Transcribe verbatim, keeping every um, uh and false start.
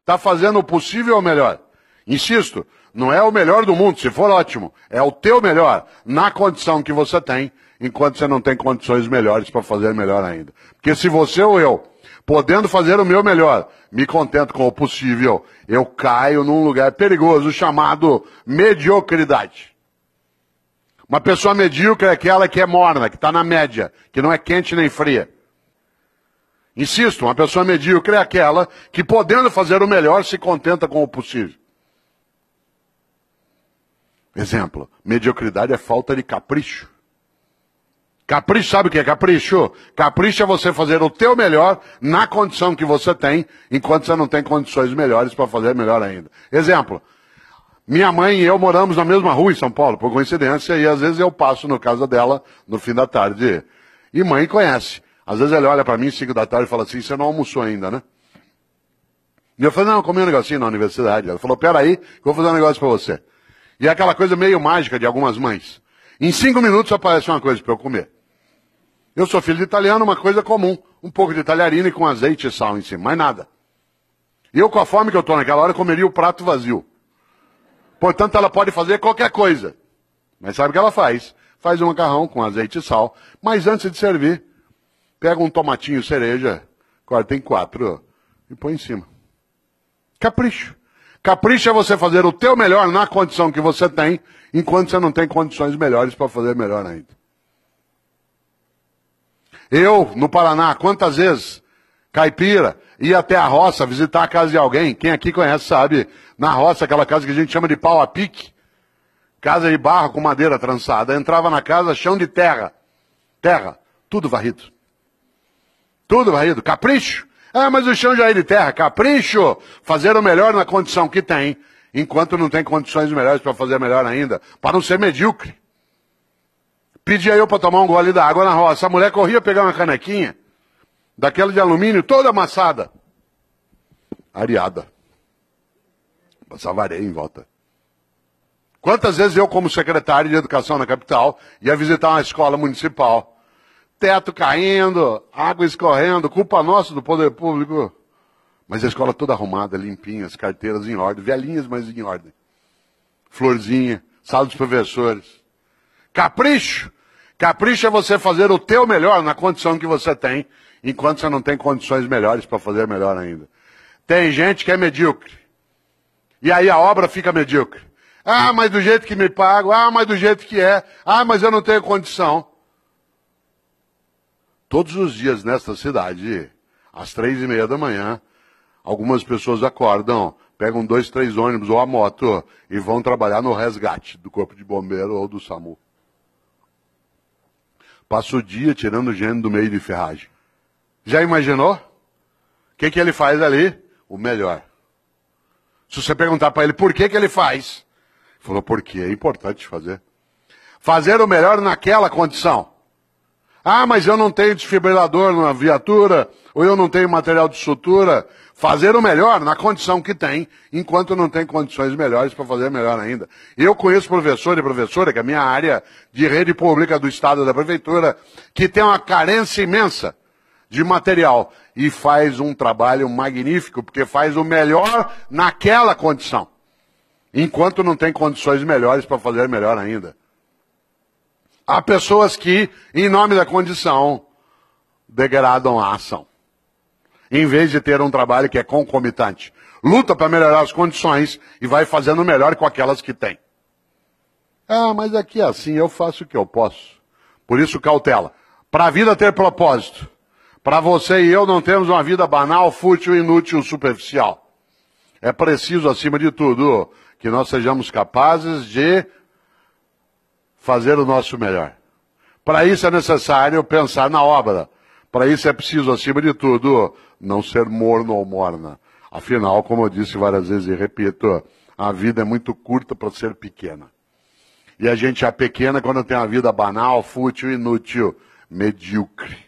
Está fazendo o possível ou o melhor? Insisto, não é o melhor do mundo, se for ótimo. É o teu melhor, na condição que você tem, enquanto você não tem condições melhores para fazer melhor ainda. Porque se você ou eu, podendo fazer o meu melhor, me contento com o possível, eu caio num lugar perigoso chamado mediocridade. Uma pessoa medíocre é aquela que é morna, que está na média, que não é quente nem fria. Insisto, uma pessoa medíocre é aquela que, podendo fazer o melhor, se contenta com o possível. Exemplo, mediocridade é falta de capricho. Capricho, sabe o que é capricho? Capricho é você fazer o teu melhor na condição que você tem, enquanto você não tem condições melhores para fazer melhor ainda. Exemplo, minha mãe e eu moramos na mesma rua em São Paulo, por coincidência, e às vezes eu passo na casa dela no fim da tarde. E mãe conhece. Às vezes ele olha para mim, cinco da tarde, e fala assim, você não almoçou ainda, né? E eu falei, não, eu comi um negocinho na universidade. Ela falou, peraí, que eu vou fazer um negócio para você. E é aquela coisa meio mágica de algumas mães. Em cinco minutos aparece uma coisa para eu comer. Eu sou filho de italiano, uma coisa comum. Um pouco de talharina e com azeite e sal em cima, mais nada. E eu, com a fome que eu estou naquela hora, comeria o prato vazio. Portanto, ela pode fazer qualquer coisa. Mas sabe o que ela faz? Faz um macarrão com azeite e sal. Mas antes de servir, pega um tomatinho cereja, corta em quatro e põe em cima. Capricho. Capricho é você fazer o teu melhor na condição que você tem, enquanto você não tem condições melhores para fazer melhor ainda. Eu, no Paraná, quantas vezes, caipira, ia até a roça visitar a casa de alguém, quem aqui conhece sabe, na roça, aquela casa que a gente chama de pau a pique, casa de barro com madeira trançada, entrava na casa, chão de terra, terra, tudo varrido. Tudo varrido, capricho. Ah, mas o chão já é de terra, capricho. Fazer o melhor na condição que tem, enquanto não tem condições melhores para fazer melhor ainda, para não ser medíocre. Pedia eu para tomar um gole d'água na roça, a mulher corria pegar uma canequinha, daquela de alumínio, toda amassada. Areada. Passava areia em volta. Quantas vezes eu, como secretário de educação na capital, ia visitar uma escola municipal, teto caindo, água escorrendo, culpa nossa do poder público. Mas a escola toda arrumada, limpinha, as carteiras em ordem, velhinhas, mas em ordem. Florzinha, sala dos professores. Capricho. Capricho é você fazer o teu melhor na condição que você tem, enquanto você não tem condições melhores para fazer melhor ainda. Tem gente que é medíocre. E aí a obra fica medíocre. Ah, mas do jeito que me pago, ah, mas do jeito que é, ah, mas eu não tenho condição. Todos os dias nesta cidade, às três e meia da manhã, algumas pessoas acordam, pegam dois, três ônibus ou a moto e vão trabalhar no resgate do Corpo de Bombeiro ou do SAMU. Passa o dia tirando gente do meio de ferragem. Já imaginou? O que, que ele faz ali? O melhor. Se você perguntar para ele por que, que ele faz, ele falou, porque é importante fazer. Fazer o melhor naquela condição. Ah, mas eu não tenho desfibrilador na viatura, ou eu não tenho material de sutura. Fazer o melhor na condição que tem, enquanto não tem condições melhores para fazer melhor ainda. Eu conheço professor e professora, que é a minha área de rede pública do Estado da Prefeitura, que tem uma carência imensa de material e faz um trabalho magnífico, porque faz o melhor naquela condição, enquanto não tem condições melhores para fazer melhor ainda. Há pessoas que, em nome da condição, degradam a ação. Em vez de ter um trabalho que é concomitante. Luta para melhorar as condições e vai fazendo melhor com aquelas que tem. Ah, mas aqui é assim, eu faço o que eu posso. Por isso, cautela. Para a vida ter propósito, para você e eu não termos uma vida banal, fútil, inútil, superficial. É preciso, acima de tudo, que nós sejamos capazes de fazer o nosso melhor. Para isso é necessário pensar na obra. Para isso é preciso, acima de tudo, não ser morno ou morna. Afinal, como eu disse várias vezes e repito, a vida é muito curta para ser pequena. E a gente é pequena quando tem uma vida banal, fútil, inútil, medíocre.